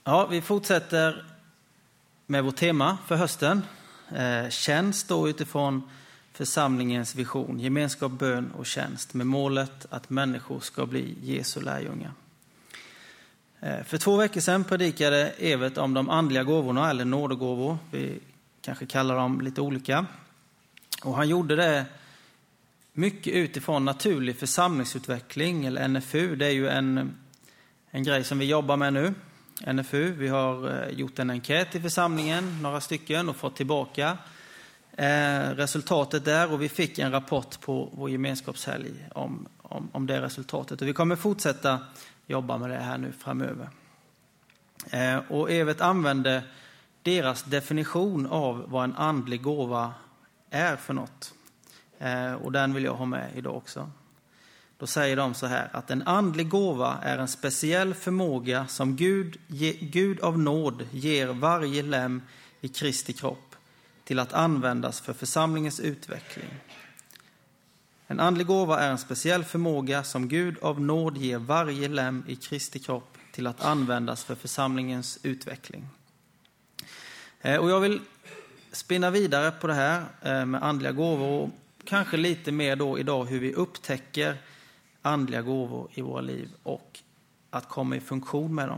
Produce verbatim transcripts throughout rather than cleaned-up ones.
Ja, vi fortsätter med vårt tema för hösten. Eh, tjänst då utifrån församlingens vision, gemenskap, bön och tjänst med målet att människor ska bli Jesu lärjungar. Eh, för två veckor sedan predikade Evert om de andliga gåvorna eller nådegåvor. Vi kanske kallar dem lite olika. Och han gjorde det mycket utifrån naturlig församlingsutveckling eller N F U. Det är ju en, en grej som vi jobbar med nu. N F U, vi har gjort en enkät i församlingen, några stycken, och fått tillbaka eh, resultatet där. Och vi fick en rapport på vår gemenskapshelg om, om, om det resultatet. Och vi kommer fortsätta jobba med det här nu framöver. Eh, och Evert använde deras definition av vad en andlig gåva är för något. Eh, och den vill jag ha med idag också. Då säger de så här, att en andlig gåva är en speciell förmåga som Gud, ge, Gud av nåd ger varje lem i Kristi kropp till att användas för församlingens utveckling. En andlig gåva är en speciell förmåga som Gud av nåd ger varje lem i Kristi kropp till att användas för församlingens utveckling. Eh, och jag vill spinna vidare på det här eh, med andliga gåvor och kanske lite mer då idag hur vi upptäcker andliga gåvor i våra liv och att komma i funktion med dem.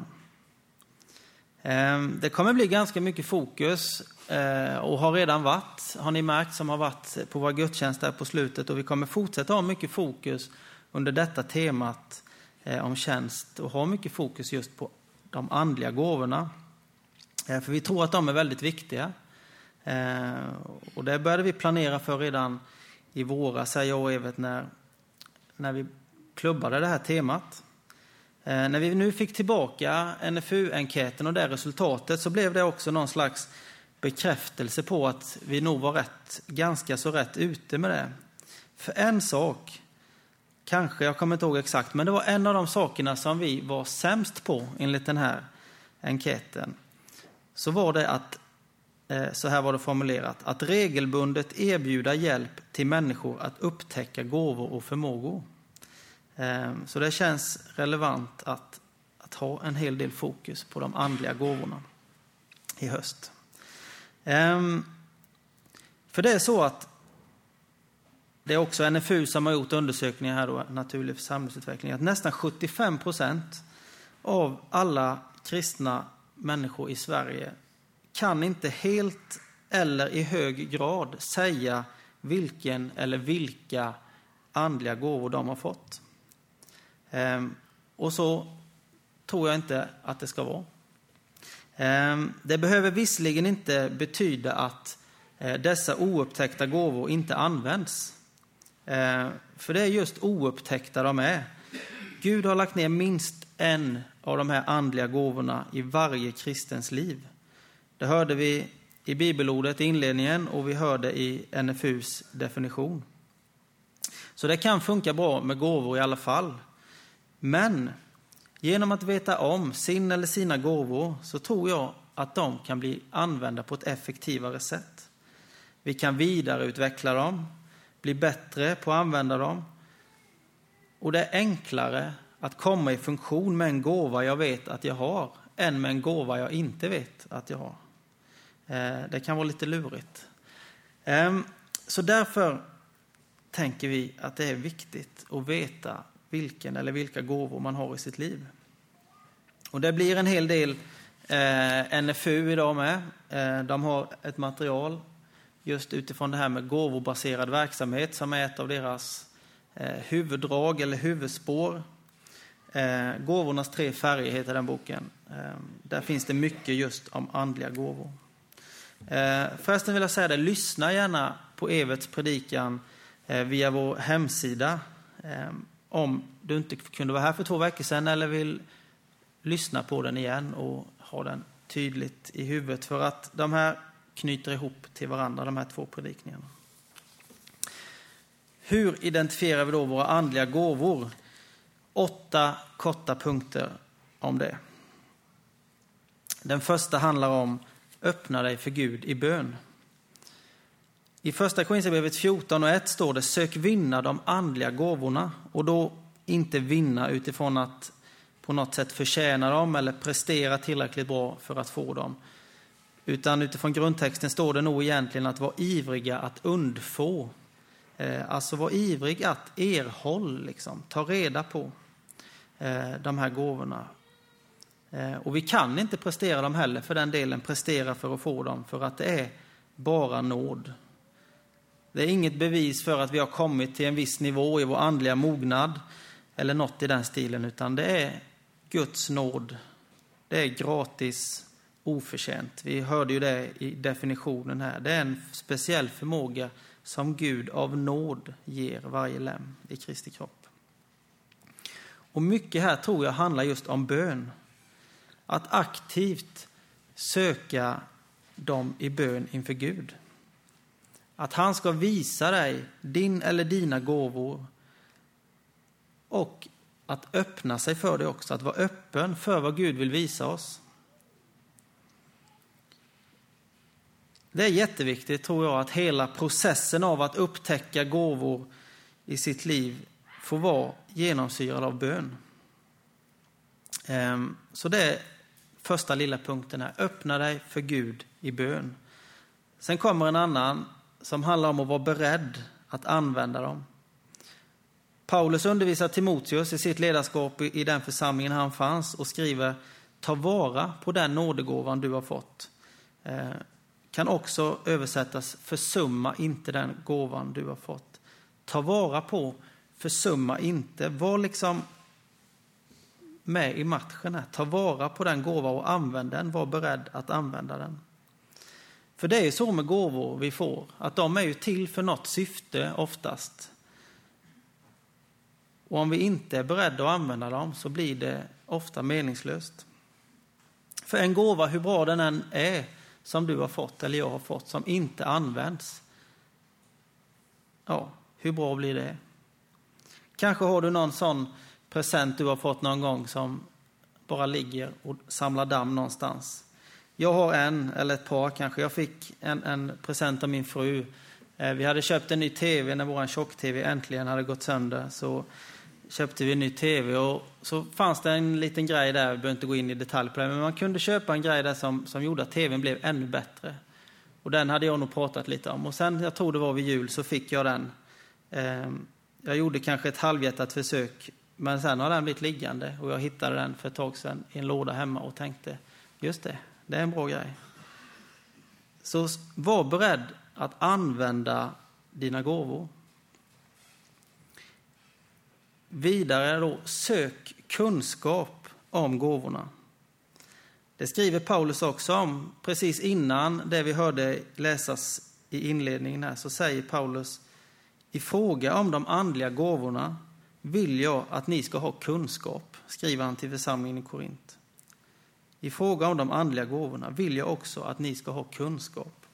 Det kommer bli ganska mycket fokus och har redan varit, har ni märkt, som har varit på våra gudstjänster på slutet, och vi kommer fortsätta ha mycket fokus under detta temat om tjänst och ha mycket fokus just på de andliga gåvorna. För vi tror att de är väldigt viktiga. Och det började vi planera för redan i våras, säger jag och Evert, när, när vi klubbade det här temat. Eh, när vi nu fick tillbaka N F U-enkäten och det resultatet, så blev det också någon slags bekräftelse på att vi nog var rätt, ganska så rätt ute med det. För en sak, kanske, jag kommer inte ihåg exakt, men det var en av de sakerna som vi var sämst på enligt den här enkäten. Så var det att, eh, så här var det formulerat, att regelbundet erbjuda hjälp till människor att upptäcka gåvor och förmågor. Så det känns relevant att, att ha en hel del fokus på de andliga gåvorna i höst. För det är så att det är också N F U som har gjort undersökningar här då, naturlig församlingsutveckling, att nästan sjuttiofem procent av alla kristna människor i Sverige kan inte helt eller i hög grad säga vilken eller vilka andliga gåvor de har fått. Um, och så tror jag inte att det ska vara. Um, det behöver visserligen inte betyda att uh, dessa oupptäckta gåvor inte används. Uh, för det är just oupptäckta de är. Gud har lagt ner minst en av de här andliga gåvorna i varje kristens liv. Det hörde vi i bibelordet i inledningen och vi hörde i N F U:s definition. Så det kan funka bra med gåvor i alla fall. Men genom att veta om sin eller sina gåvor så tror jag att de kan bli använda på ett effektivare sätt. Vi kan vidareutveckla dem, bli bättre på att använda dem. Och det är enklare att komma i funktion med en gåva jag vet att jag har än med en gåva jag inte vet att jag har. Det kan vara lite lurigt. Så därför tänker vi att det är viktigt att veta vilken eller vilka gåvor man har i sitt liv. Och det blir en hel del eh, N F U idag med. Eh, de har ett material just utifrån det här med gåvobaserad verksamhet som är ett av deras eh, huvuddrag eller huvudspår. Eh, Gåvornas tre färger heter den boken. Eh, där finns det mycket just om andliga gåvor. Eh, förresten vill jag säga det, lyssna gärna på Everts predikan eh, via vår hemsida. Eh, Om du inte kunde vara här för två veckor sedan eller vill lyssna på den igen och ha den tydligt i huvudet, för att de här knyter ihop till varandra, de här två predikningarna. Hur identifierar vi då våra andliga gåvor? Åtta korta punkter om det. Den första handlar om öppna dig för Gud i bön. I första Korinthierbrevet fjorton och ett står det: sök vinna de andliga gåvorna, och då inte vinna utifrån att på något sätt förtjäna dem eller prestera tillräckligt bra för att få dem. Utan utifrån grundtexten står det nog egentligen att vara ivriga att undfå. Eh, alltså vara ivrig att erhålla, liksom, ta reda på eh, de här gåvorna. Eh, och vi kan inte prestera dem heller, för den delen prestera för att få dem, för att det är bara nåd. Det är inget bevis för att vi har kommit till en viss nivå i vår andliga mognad eller något i den stilen, utan det är Guds nåd. Det är gratis, oförtjänt. Vi hörde ju det i definitionen här. Det är en speciell förmåga som Gud av nåd ger varje lem i Kristi kropp. Och mycket här tror jag handlar just om bön. Att aktivt söka dem i bön inför Gud. Att han ska visa dig din eller dina gåvor och att öppna sig för det också. Att vara öppen för vad Gud vill visa oss. Det är jätteviktigt, tror jag, att hela processen av att upptäcka gåvor i sitt liv får vara genomsyrad av bön. Så det är första lilla punkten här. Öppna dig för Gud i bön. Sen kommer en annan som handlar om att vara beredd att använda dem. Paulus undervisar Timoteus i sitt ledarskap i den församlingen han fanns och skriver: ta vara på den nådegåvan du har fått. Eh, kan också översättas: försumma inte den gåvan du har fått. Ta vara på, försumma inte. Var liksom med i matchen här. Ta vara på den gåva och använd den. Var beredd att använda den. För det är ju så med gåvor vi får, att de är ju till för något syfte oftast. Och om vi inte är beredda att använda dem så blir det ofta meningslöst. För en gåva, hur bra den än är, som du har fått eller jag har fått, som inte används, ja, hur bra blir det? Kanske har du någon sån present du har fått någon gång som bara ligger och samlar damm någonstans. Jag har en eller ett par kanske. Jag fick en, en present av min fru. Vi hade köpt en ny tv när vår tjock-tv äntligen hade gått sönder. Så köpte vi en ny tv och så fanns det en liten grej där. Vi behöver inte gå in i detalj på det. Men man kunde köpa en grej där som, som gjorde att tvn blev ännu bättre. Och den hade jag nog pratat lite om. Och sen, jag tror det var vid jul, så fick jag den. Jag gjorde kanske ett halvhjärtat försök. Men sen har den blivit liggande. Och jag hittade den för ett tag sedan i en låda hemma och tänkte, just det. Det är en bra grej. Så var beredd att använda dina gåvor. Vidare då, sök kunskap om gåvorna. Det skriver Paulus också om. Precis innan det vi hörde läsas i inledningen här, så säger Paulus: i fråga om de andliga gåvorna vill jag att ni ska ha kunskap, skriver han till församlingen i Korint. I fråga om de andliga gåvorna vill jag också att ni ska ha kunskap.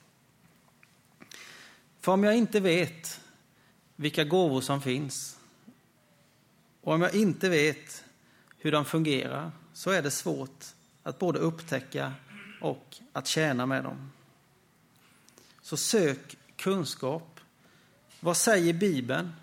För om jag inte vet vilka gåvor som finns, och om jag inte vet hur de fungerar, så är det svårt att både upptäcka och att tjäna med dem. Så sök kunskap. Vad säger Bibeln?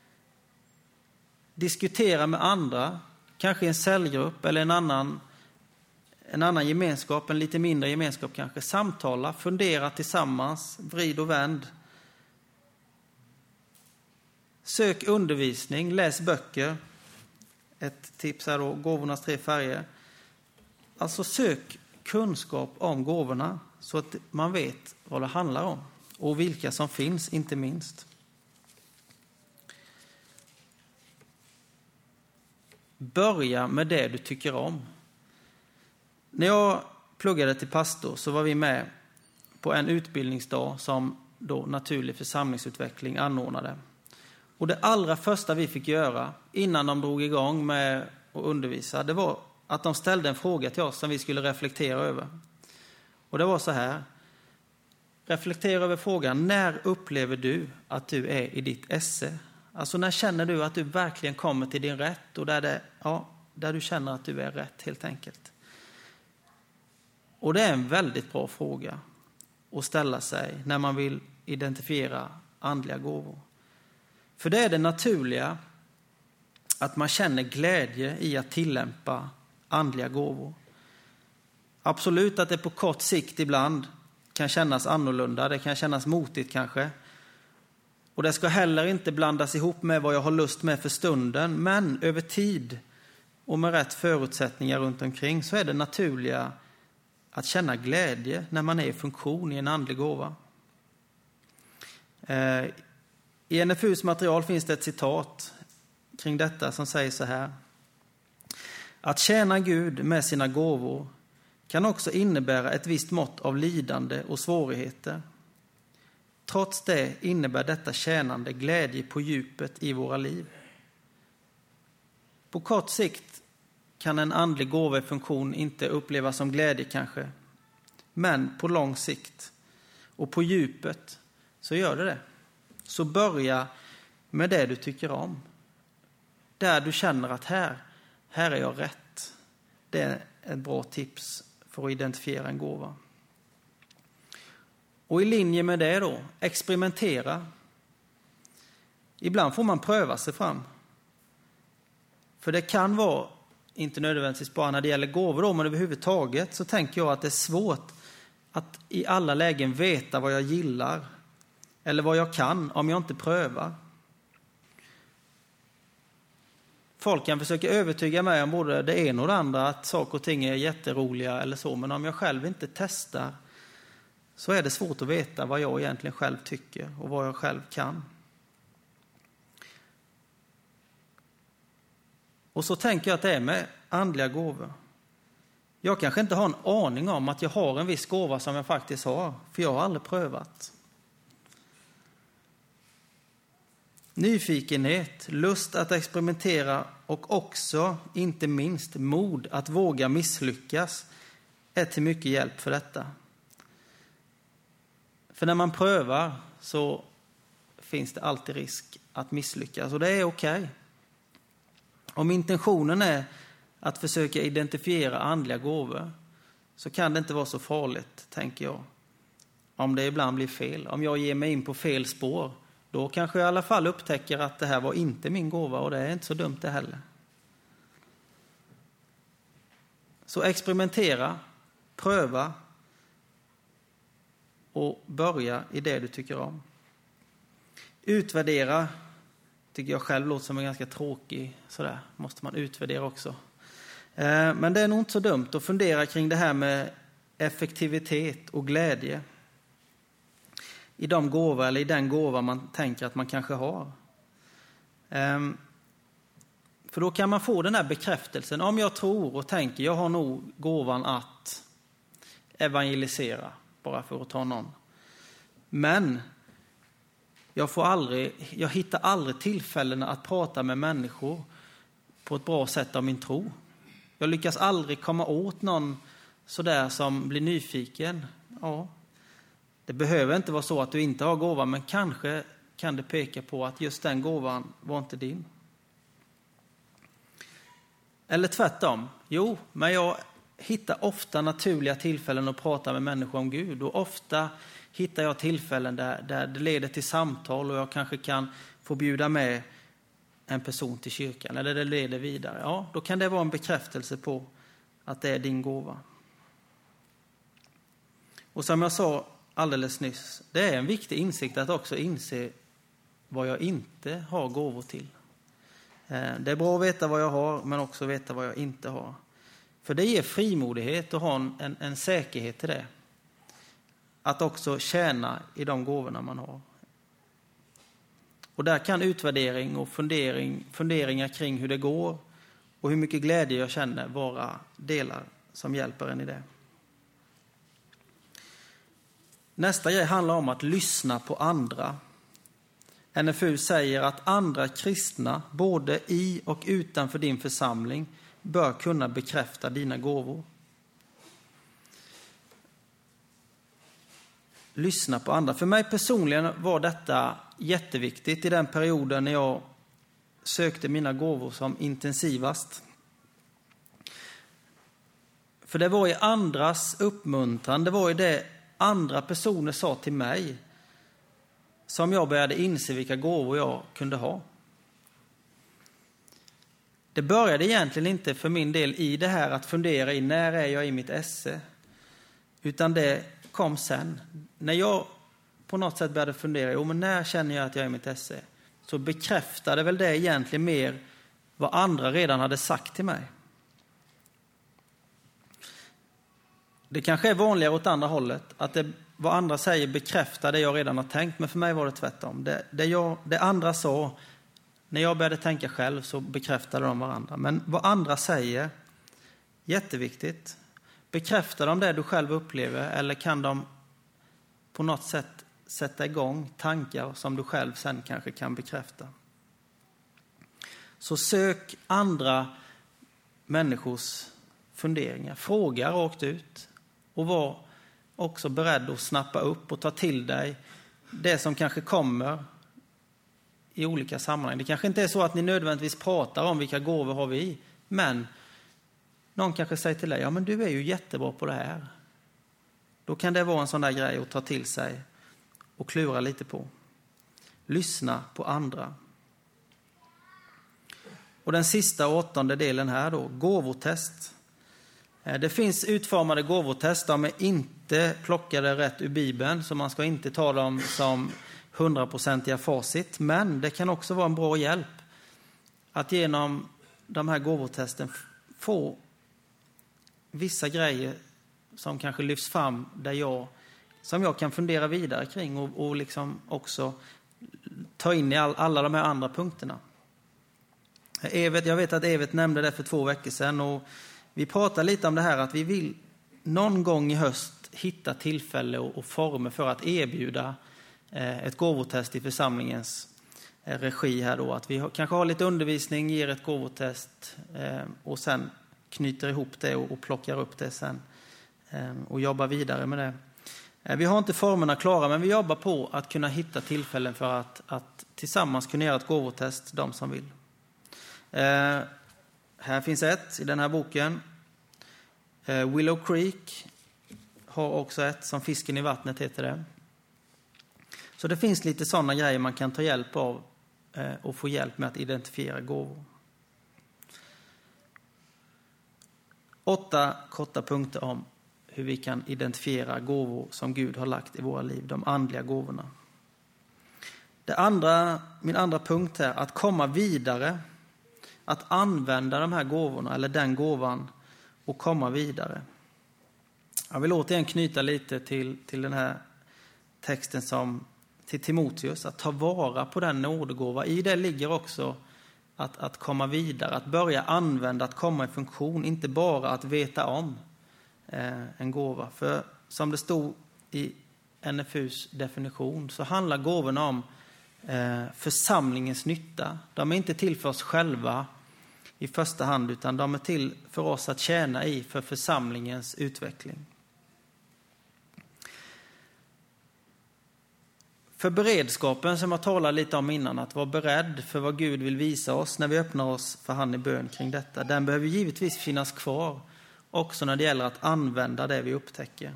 Diskutera med andra, kanske i en cellgrupp eller en annan En annan gemenskap, en lite mindre gemenskap kanske. Samtala, fundera tillsammans, vrid och vänd. Sök undervisning, läs böcker. Ett tips här då, gåvornas tre färger. Alltså sök kunskap om gåvorna så att man vet vad det handlar om. Och vilka som finns, inte minst. Börja med det du tycker om. När jag pluggade till pastor så var vi med på en utbildningsdag som då Naturlig församlingsutveckling anordnade. Och det allra första vi fick göra innan de drog igång med att undervisa, det var att de ställde en fråga till oss som vi skulle reflektera över. Och det var så här: reflektera över frågan, när upplever du att du är i ditt esse? Alltså när känner du att du verkligen kommer till din rätt och där, det, ja, där du känner att du är rätt helt enkelt. Och det är en väldigt bra fråga att ställa sig när man vill identifiera andliga gåvor. För det är det naturliga att man känner glädje i att tillämpa andliga gåvor. Absolut att det på kort sikt ibland kan kännas annorlunda, det kan kännas motigt kanske. Och det ska heller inte blandas ihop med vad jag har lust med för stunden, men över tid och med rätt förutsättningar runt omkring så är det naturliga att känna glädje när man är i funktion i en andlig gåva. I N F U:s material finns det ett citat kring detta som säger så här: att tjäna Gud med sina gåvor kan också innebära ett visst mått av lidande och svårigheter. Trots det innebär detta tjänande glädje på djupet i våra liv. På kort sikt kan en andlig gåva i funktion inte upplevas som glädje kanske. Men på lång sikt och på djupet så gör det det. Så börja med det du tycker om. Där du känner att här, här är jag rätt. Det är ett bra tips för att identifiera en gåva. Och i linje med det då, experimentera. Ibland får man pröva sig fram. För det kan vara, inte nödvändigtvis bara när det gäller gåvor då, men överhuvudtaget så tänker jag att det är svårt att i alla lägen veta vad jag gillar eller vad jag kan om jag inte prövar. Folk kan försöka övertyga mig om både det ena och det andra, att saker och ting är jätteroliga eller så, men om jag själv inte testar så är det svårt att veta vad jag egentligen själv tycker och vad jag själv kan. Och så tänker jag att det är med andliga gåvor. Jag kanske inte har en aning om att jag har en viss gåva som jag faktiskt har, för jag har aldrig prövat. Nyfikenhet, lust att experimentera och också, inte minst, mod att våga misslyckas är till mycket hjälp för detta. För när man prövar så finns det alltid risk att misslyckas, och det är okej. Om intentionen är att försöka identifiera andliga gåvor så kan det inte vara så farligt, tänker jag. Om det ibland blir fel. Om jag ger mig in på fel spår, då kanske jag i alla fall upptäcker att det här var inte min gåva, och det är inte så dumt det heller. Så experimentera, pröva och börja i det du tycker om. Utvärdera tycker jag själv låter som en ganska tråkig, sådär måste man utvärdera också. Men det är nog inte så dumt att fundera kring det här med effektivitet och glädje i de gåvor eller i den gåva man tänker att man kanske har. För då kan man få den här bekräftelsen. Om jag tror och tänker, jag har nog gåvan att evangelisera, bara för att ta någon. Men jag får aldrig, jag hittar aldrig tillfällen att prata med människor på ett bra sätt om min tro. Jag lyckas aldrig komma åt någon sådär som blir nyfiken. Ja, det behöver inte vara så att du inte har gåvan, men kanske kan det peka på att just den gåvan var inte din. Eller tvärtom. Jo, men jag hittar ofta naturliga tillfällen att prata med människor om Gud, och ofta hittar jag tillfällen där, där det leder till samtal och jag kanske kan få bjuda med en person till kyrkan, eller det leder vidare. Ja, då kan det vara en bekräftelse på att det är din gåva. Och som jag sa alldeles nyss, det är en viktig insikt att också inse vad jag inte har gåvor till. Det är bra att veta vad jag har, men också veta vad jag inte har. För det ger frimodighet och ha en, en säkerhet till det. Att också tjäna i de gåvorna man har. Och där kan utvärdering och fundering, funderingar kring hur det går och hur mycket glädje jag känner vara delar som hjälper en i det. Nästa grej handlar om att lyssna på andra. N F U säger att andra kristna, både i och utanför din församling, bör kunna bekräfta dina gåvor. Lyssna på andra. För mig personligen var detta jätteviktigt i den perioden när jag sökte mina gåvor som intensivast. För det var i andras uppmuntran, det var i det andra personer sa till mig som jag började inse vilka gåvor jag kunde ha. det började egentligen inte för min del i det här att fundera i när är jag i mitt esse. Utan det kom sen. När jag på något sätt började fundera, jo men när känner jag att jag är i mitt esse? Så bekräftade väl det egentligen mer vad andra redan hade sagt till mig. Det kanske är vanligare åt andra hållet, att det, vad andra säger bekräftar det jag redan har tänkt, men för mig var det tvärtom. Det, det, jag, det andra sa, när jag började tänka själv så bekräftade de varandra. Men vad andra säger, jätteviktigt. Bekräftar de det du själv upplever, eller kan de på något sätt sätta igång tankar som du själv sen kanske kan bekräfta? Så sök andra människors funderingar. Fråga rakt ut. Och var också beredd att snappa upp och ta till dig det som kanske kommer i olika sammanhang. Det kanske inte är så att ni nödvändigtvis pratar om vilka gåvor har vi. Men någon kanske säger till dig, ja men du är ju jättebra på det här. Då kan det vara en sån där grej att ta till sig och klura lite på. Lyssna på andra. Och den sista och åttonde delen här då, gåvotest. Det finns utformade gåvotest, de är inte plockade rätt ur Bibeln, så man ska inte ta dem som hundraprocentiga facit. Men det kan också vara en bra hjälp att genom de här gåvotesten få vissa grejer som kanske lyfts fram där jag, som jag kan fundera vidare kring och, och liksom också ta in i all, alla de här andra punkterna. Evet, jag vet att Evet nämnde det för två veckor sedan och vi pratar lite om det här att vi vill någon gång i höst hitta tillfälle och, och former för att erbjuda eh, ett gåvotest i församlingens eh, regi här då. Att vi har, kanske har lite undervisning, ger ett gåvotest eh, och sen knyter ihop det och, och plockar upp det sen eh, och jobbar vidare med det. Eh, vi har inte formerna klara, men vi jobbar på att kunna hitta tillfällen för att, att tillsammans kunna göra ett gåvotest, de som vill. Eh, här finns ett i den här boken. Eh, Willow Creek har också ett, som Fisken i vattnet heter det. Så det finns lite sådana grejer man kan ta hjälp av eh, och få hjälp med att identifiera gåvor. Åtta korta punkter om hur vi kan identifiera gåvor som Gud har lagt i våra liv, de andliga gåvorna. Det andra, min andra punkt är att komma vidare. Att använda de här gåvorna eller den gåvan och komma vidare. Jag vill återigen knyta lite till, till den här texten som till Timoteus. Att ta vara på den nådegåva. I det ligger också att, att komma vidare. Att börja använda, att komma i funktion. Inte bara att veta om eh, en gåva. För som det stod i N F U:s definition så handlar gåvorna om eh, församlingens nytta. De är inte till för oss själva i första hand, utan de är till för oss att tjäna i för församlingens utveckling. För beredskapen som jag talade lite om innan, att vara beredd för vad Gud vill visa oss när vi öppnar oss för han i bön kring detta. Den behöver givetvis finnas kvar också när det gäller att använda det vi upptäcker.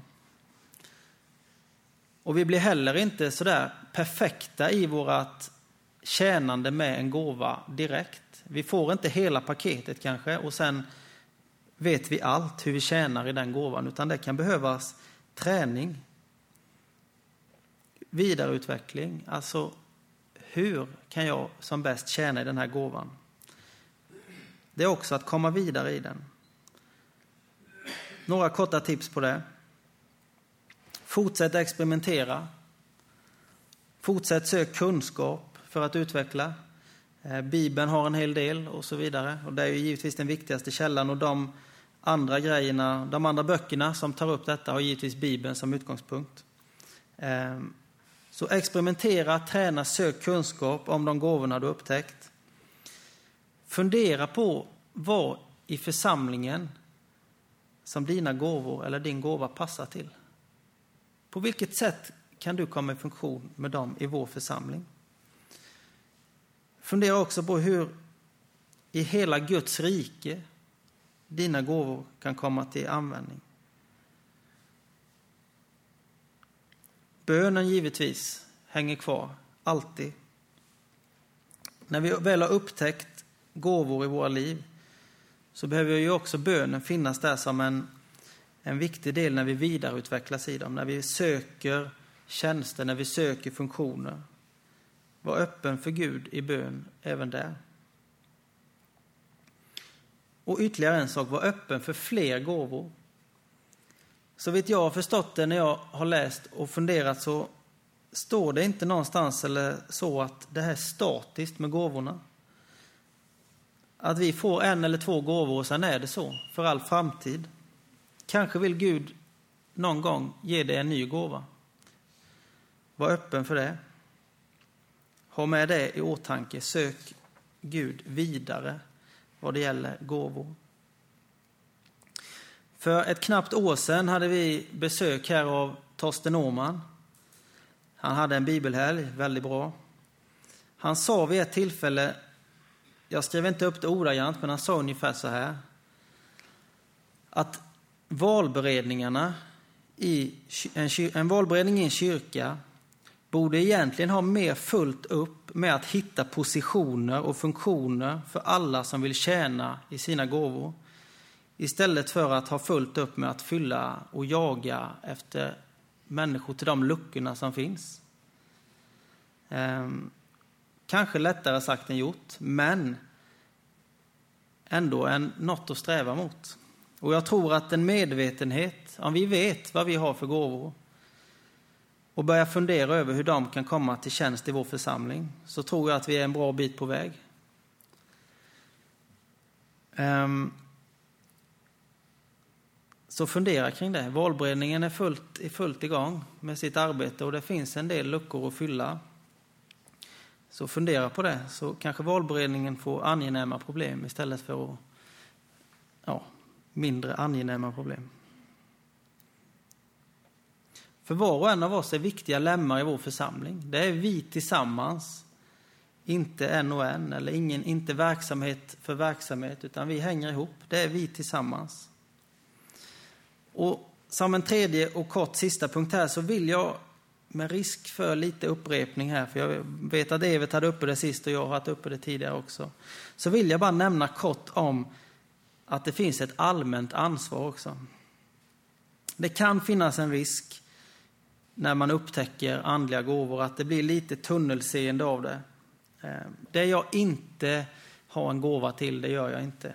Och vi blir heller inte sådär perfekta i vårat tjänande med en gåva direkt. Vi får inte hela paketet kanske och sen vet vi allt hur vi tjänar i den gåvan, utan det kan behövas träning, vidareutveckling. Alltså hur kan jag som bäst tjäna i den här gåvan? Det är också att komma vidare i den. Några korta tips på det. Fortsätt experimentera. Fortsätt sök kunskap för att utveckla. Bibeln har en hel del och så vidare. Och det är ju givetvis den viktigaste källan. Och de andra grejerna, de andra böckerna som tar upp detta har givetvis Bibeln som utgångspunkt. Så experimentera, träna, sök kunskap om de gåvorna du upptäckt. Fundera på vad i församlingen som dina gåvor eller din gåva passar till. På vilket sätt kan du komma i funktion med dem i vår församling? Fundera också på hur i hela Guds rike dina gåvor kan komma till användning. Bönen givetvis hänger kvar, alltid. När vi väl har upptäckt gåvor i våra liv så behöver ju också bönen finnas där som en, en viktig del när vi vidareutvecklas i dem. När vi söker tjänster, när vi söker funktioner. Var öppen för Gud i bön även där. Och ytterligare en sak, var öppen för fler gåvor. Så vet jag har förstått det när jag har läst och funderat, så står det inte någonstans eller så att det här är statiskt med gåvorna. Att vi får en eller två gåvor och sen är det så för all framtid. Kanske vill Gud någon gång ge dig en ny gåva. Var öppen för det. Ha med det i åtanke. Sök Gud vidare vad det gäller gåvor. För ett knappt år sedan hade vi besök här av Torsten Åhman. Han hade en bibelhelg, väldigt bra. Han sa vid ett tillfälle, jag skrev inte upp det ordagrant, men han sa ungefär så här. Att valberedningarna i en, en valberedning i en kyrka borde egentligen ha mer fullt upp med att hitta positioner och funktioner för alla som vill tjäna i sina gåvor. Istället för att ha fullt upp med att fylla och jaga efter människor till de luckorna som finns. Ehm, kanske lättare sagt än gjort, men ändå en, något att sträva mot. Och jag tror att en medvetenhet, om vi vet vad vi har för gåvor och börjar fundera över hur de kan komma till tjänst i vår församling, så tror jag att vi är en bra bit på väg. Ehm, Så fundera kring det. Valberedningen är fullt, är fullt igång med sitt arbete och det finns en del luckor att fylla. Så fundera på det. Så kanske valberedningen får angenäma problem istället för att, ja, mindre angenäma problem. För var och en av oss är viktiga lemmar i vår församling. Det är vi tillsammans. Inte en och en eller ingen, inte verksamhet för verksamhet, utan vi hänger ihop. Det är vi tillsammans. Och som en tredje och kort sista punkt här så vill jag, med risk för lite upprepning här, för jag vet att Evert hade uppe det sist och jag har haft uppe det tidigare också, så vill jag bara nämna kort om att det finns ett allmänt ansvar också. Det kan finnas en risk när man upptäcker andliga gåvor att det blir lite tunnelseende av det. Det jag inte har en gåva till, det gör jag inte.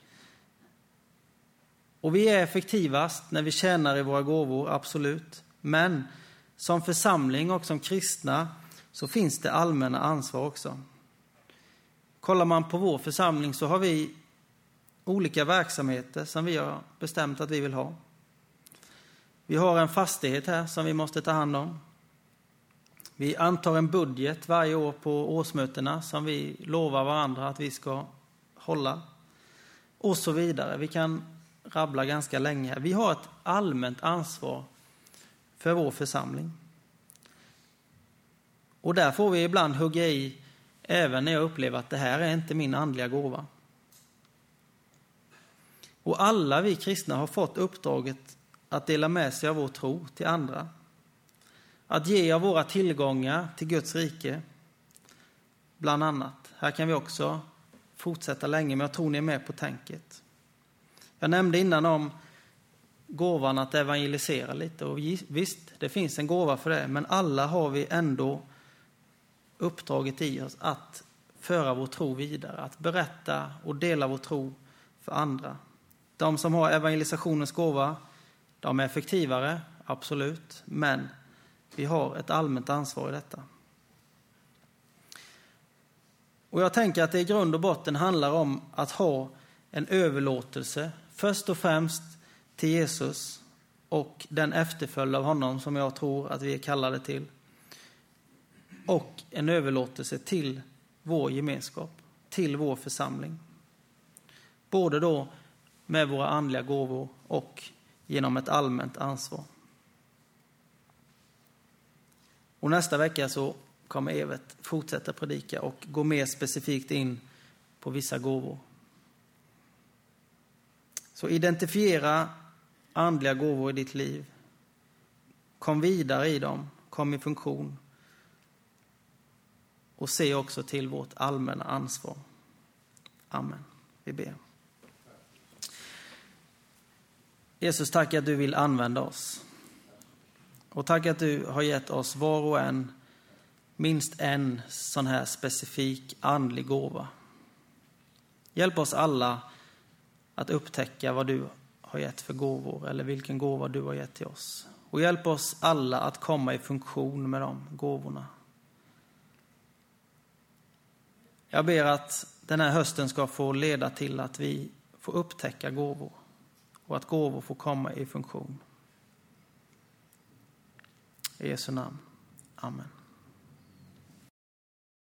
Och vi är effektivast när vi tjänar i våra gåvor, absolut. Men som församling och som kristna så finns det allmänna ansvar också. Kollar man på vår församling så har vi olika verksamheter som vi har bestämt att vi vill ha. Vi har en fastighet här som vi måste ta hand om. Vi antar en budget varje år på årsmötena som vi lovar varandra att vi ska hålla. Och så vidare. Vi kan rabbla ganska länge. Vi har ett allmänt ansvar för vår församling. Och där får vi ibland hugga i även när jag upplever att det här är inte min andliga gåva. Och alla vi kristna har fått uppdraget att dela med sig av vår tro till andra. Att ge av våra tillgångar till Guds rike. Bland annat. Här kan vi också fortsätta länge, men jag tror ni är med på tänket. Jag nämnde innan om gåvan att evangelisera lite. Och visst, det finns en gåva för det. Men alla har vi ändå uppdraget i oss att föra vår tro vidare. Att berätta och dela vår tro för andra. De som har evangelisationens gåva, de är effektivare, absolut. Men vi har ett allmänt ansvar i detta. Och jag tänker att det i grund och botten handlar om att ha en överlåtelse. Först och främst till Jesus och den efterföljd av honom som jag tror att vi är kallade till. Och en överlåtelse till vår gemenskap, till vår församling. Både då med våra andliga gåvor och genom ett allmänt ansvar. Och nästa vecka så kommer Evert fortsätta predika och gå mer specifikt in på vissa gåvor. Så identifiera andliga gåvor i ditt liv. Kom vidare i dem. Kom i funktion. Och se också till vårt allmänna ansvar. Amen. Vi ber. Jesus, tack att du vill använda oss. Och tack att du har gett oss var och en minst en sån här specifik andlig gåva. Hjälp oss alla att upptäcka vad du har gett för gåvor eller vilken gåva du har gett till oss. Och hjälp oss alla att komma i funktion med de gåvorna. Jag ber att den här hösten ska få leda till att vi får upptäcka gåvor och att gåvor får komma i funktion. I Jesu namn. Amen.